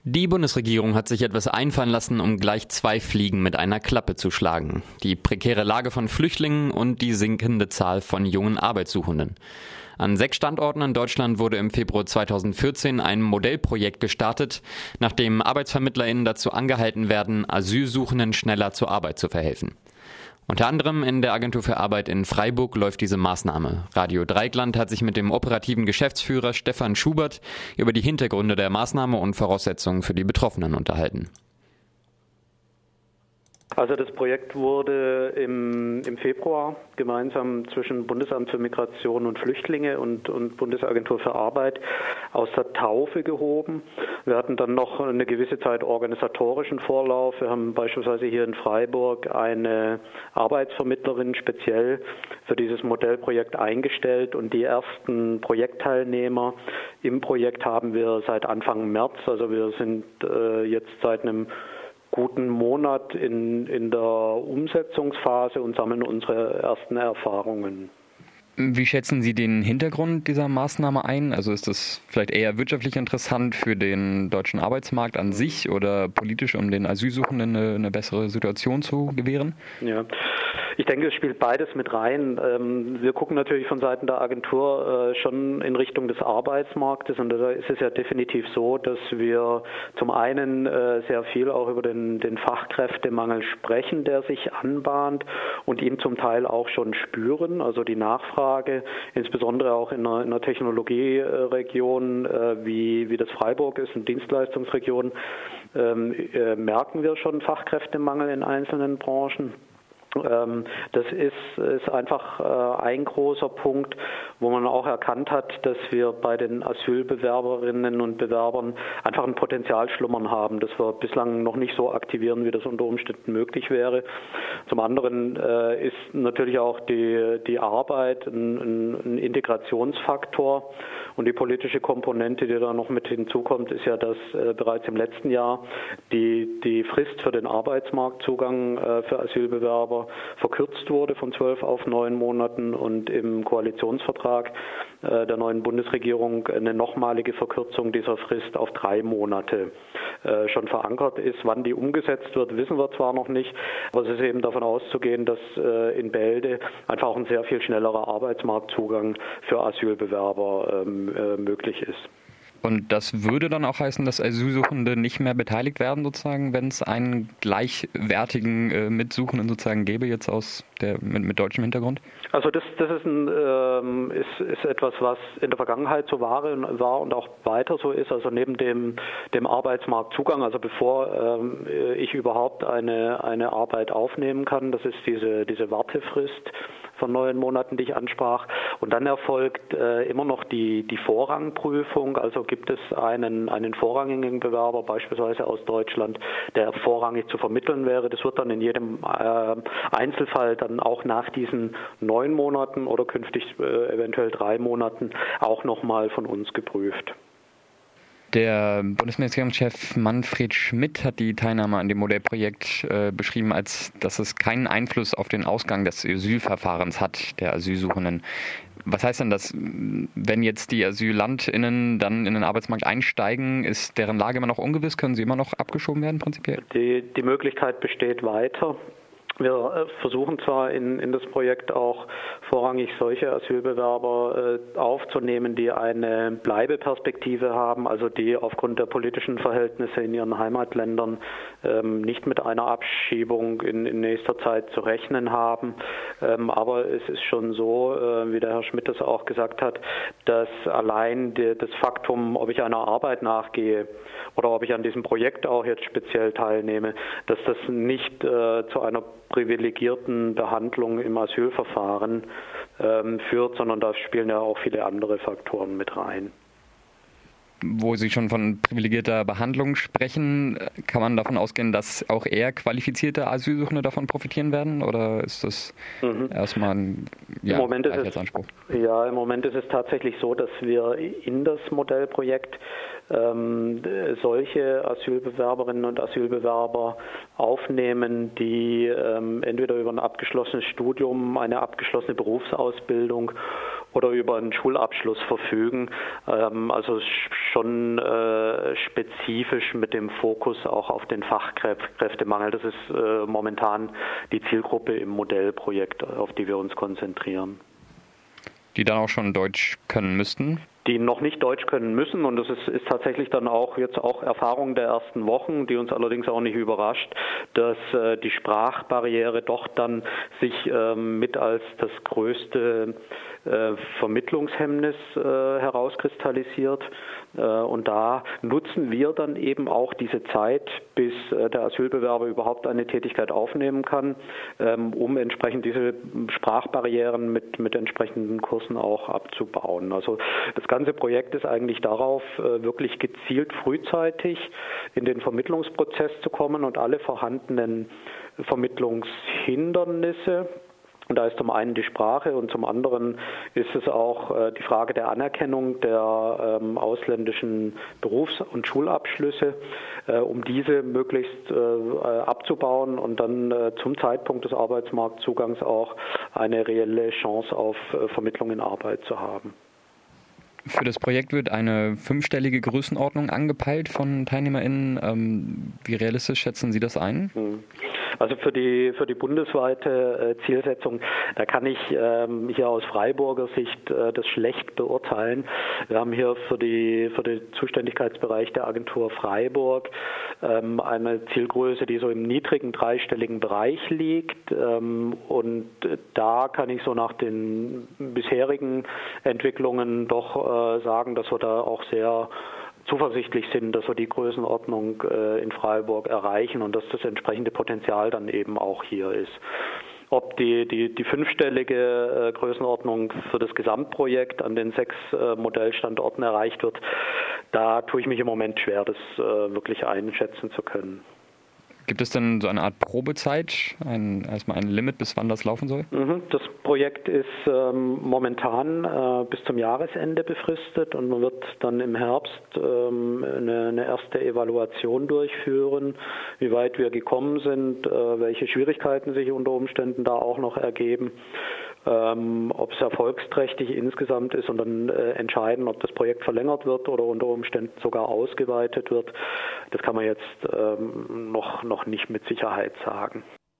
Die Bundesregierung hat sich etwas einfallen lassen, um gleich zwei Fliegen mit einer Klappe zu schlagen. Die prekäre Lage von Flüchtlingen und die sinkende Zahl von jungen Arbeitssuchenden. An 6 Standorten in Deutschland wurde im Februar 2014 ein Modellprojekt gestartet, nach dem ArbeitsvermittlerInnen dazu angehalten werden, Asylsuchenden schneller zur Arbeit zu verhelfen. Unter anderem in der Agentur für Arbeit in Freiburg läuft diese Maßnahme. Radio Dreieckland hat sich mit dem operativen Geschäftsführer Stefan Schubert über die Hintergründe der Maßnahme und Voraussetzungen für die Betroffenen unterhalten. Also das Projekt wurde im Februar gemeinsam zwischen Bundesamt für Migration und Flüchtlinge und Bundesagentur für Arbeit aus der Taufe gehoben. Wir hatten dann noch eine gewisse Zeit organisatorischen Vorlauf. Wir haben beispielsweise hier in Freiburg eine Arbeitsvermittlerin speziell für dieses Modellprojekt eingestellt und die ersten Projektteilnehmer im Projekt haben wir seit Anfang März. Also wir sind jetzt seit einem guten Monat in der Umsetzungsphase und sammeln unsere ersten Erfahrungen. Wie schätzen Sie den Hintergrund dieser Maßnahme ein? Also ist das vielleicht eher wirtschaftlich interessant für den deutschen Arbeitsmarkt an sich oder politisch, um den Asylsuchenden eine bessere Situation zu gewähren? Ja. Ich denke, es spielt beides mit rein. Wir gucken natürlich von Seiten der Agentur schon in Richtung des Arbeitsmarktes und da ist es ja definitiv so, dass wir zum einen sehr viel auch über den Fachkräftemangel sprechen, der sich anbahnt und ihn zum Teil auch schon spüren. Also die Nachfrage, insbesondere auch in einer Technologieregion wie das Freiburg ist, eine Dienstleistungsregion, merken wir schon Fachkräftemangel in einzelnen Branchen. Das ist einfach ein großer Punkt, wo man auch erkannt hat, dass wir bei den Asylbewerberinnen und Bewerbern einfach ein Potenzial schlummern haben, das wir bislang noch nicht so aktivieren, wie das unter Umständen möglich wäre. Zum anderen ist natürlich auch die Arbeit ein Integrationsfaktor und die politische Komponente, die da noch mit hinzukommt, ist ja, dass bereits im letzten Jahr die Frist für den Arbeitsmarktzugang für Asylbewerber verkürzt wurde von 12 auf 9 Monaten und im Koalitionsvertrag der neuen Bundesregierung eine nochmalige Verkürzung dieser Frist auf 3 Monate schon verankert ist. Wann die umgesetzt wird, wissen wir zwar noch nicht, aber es ist eben davon auszugehen, dass in Bälde einfach auch ein sehr viel schnellerer Arbeitsmarktzugang für Asylbewerber möglich ist. Und das würde dann auch heißen, dass Asylsuchende nicht mehr beteiligt werden, sozusagen, wenn es einen gleichwertigen Mitsuchenden sozusagen gäbe, jetzt mit deutschem Hintergrund? Also das ist etwas, was in der Vergangenheit so war und auch weiter so ist. Also neben dem Arbeitsmarktzugang, also bevor ich überhaupt eine Arbeit aufnehmen kann, das ist diese Wartefrist von 9 Monaten, die ich ansprach. Und dann erfolgt immer noch die Vorrangprüfung. Also gibt es einen vorrangigen Bewerber, beispielsweise aus Deutschland, der vorrangig zu vermitteln wäre. Das wird dann in jedem Einzelfall dann auch nach diesen 9 Monaten oder künftig eventuell 3 Monaten auch nochmal von uns geprüft. Der Bundesministeriumschef Manfred Schmidt hat die Teilnahme an dem Modellprojekt beschrieben, als dass es keinen Einfluss auf den Ausgang des Asylverfahrens hat, der Asylsuchenden. Was heißt denn das, wenn jetzt die AsylantInnen dann in den Arbeitsmarkt einsteigen, ist deren Lage immer noch ungewiss? Können sie immer noch abgeschoben werden prinzipiell? Die Möglichkeit besteht weiter. Wir versuchen zwar in das Projekt auch vorrangig solche Asylbewerber aufzunehmen, die eine Bleibeperspektive haben, also die aufgrund der politischen Verhältnisse in ihren Heimatländern nicht mit einer Abschiebung in nächster Zeit zu rechnen haben. Aber es ist schon so, wie der Herr Schmidt das auch gesagt hat, dass allein das Faktum, ob ich einer Arbeit nachgehe oder ob ich an diesem Projekt auch jetzt speziell teilnehme, dass das nicht zu einer privilegierten Behandlung im Asylverfahren führt, sondern da spielen ja auch viele andere Faktoren mit rein. Wo Sie schon von privilegierter Behandlung sprechen, kann man davon ausgehen, dass auch eher qualifizierte Asylsuchende davon profitieren werden? Oder ist das erstmal ein Gleichheitsanspruch? Im Moment ist es tatsächlich so, dass wir in das Modellprojekt solche Asylbewerberinnen und Asylbewerber aufnehmen, die entweder über ein abgeschlossenes Studium, eine abgeschlossene Berufsausbildung oder über einen Schulabschluss verfügen. Also schon spezifisch mit dem Fokus auch auf den Fachkräftemangel. Das ist momentan die Zielgruppe im Modellprojekt, auf die wir uns konzentrieren. Die dann auch schon Deutsch können müssten? Die noch nicht Deutsch können müssen, und das ist tatsächlich dann auch jetzt auch Erfahrung der ersten Wochen, die uns allerdings auch nicht überrascht, dass die Sprachbarriere doch dann sich mit als das größte Vermittlungshemmnis herauskristallisiert. Und da nutzen wir dann eben auch diese Zeit, bis der Asylbewerber überhaupt eine Tätigkeit aufnehmen kann, um entsprechend diese Sprachbarrieren mit entsprechenden Kursen auch abzubauen. Also das ganze Projekt ist eigentlich darauf, wirklich gezielt frühzeitig in den Vermittlungsprozess zu kommen und alle vorhandenen Vermittlungshindernisse. Und da ist zum einen die Sprache und zum anderen ist es auch die Frage der Anerkennung der ausländischen Berufs- und Schulabschlüsse, um diese möglichst abzubauen und dann zum Zeitpunkt des Arbeitsmarktzugangs auch eine reelle Chance auf Vermittlung in Arbeit zu haben. Für das Projekt wird eine 5-stellige Größenordnung angepeilt von TeilnehmerInnen. Wie realistisch schätzen Sie das ein? Also für die bundesweite Zielsetzung, da kann ich hier aus Freiburger Sicht das schlecht beurteilen. Wir haben hier für den Zuständigkeitsbereich der Agentur Freiburg eine Zielgröße, die so im niedrigen dreistelligen Bereich liegt. Und da kann ich so nach den bisherigen Entwicklungen doch sagen, dass wir da auch sehr zuversichtlich sind, dass wir die Größenordnung in Freiburg erreichen und dass das entsprechende Potenzial dann eben auch hier ist. Ob die 5-stellige Größenordnung für das Gesamtprojekt an den 6 Modellstandorten erreicht wird, da tue ich mich im Moment schwer, das wirklich einschätzen zu können. Gibt es denn so eine Art Probezeit, erstmal ein Limit, bis wann das laufen soll? Das Projekt ist momentan bis zum Jahresende befristet und man wird dann im Herbst eine erste Evaluation durchführen, wie weit wir gekommen sind, welche Schwierigkeiten sich unter Umständen da auch noch ergeben, ob es erfolgsträchtig insgesamt ist und dann entscheiden, ob das Projekt verlängert wird oder unter Umständen sogar ausgeweitet wird. Das kann man jetzt noch nicht mit Sicherheit sagen.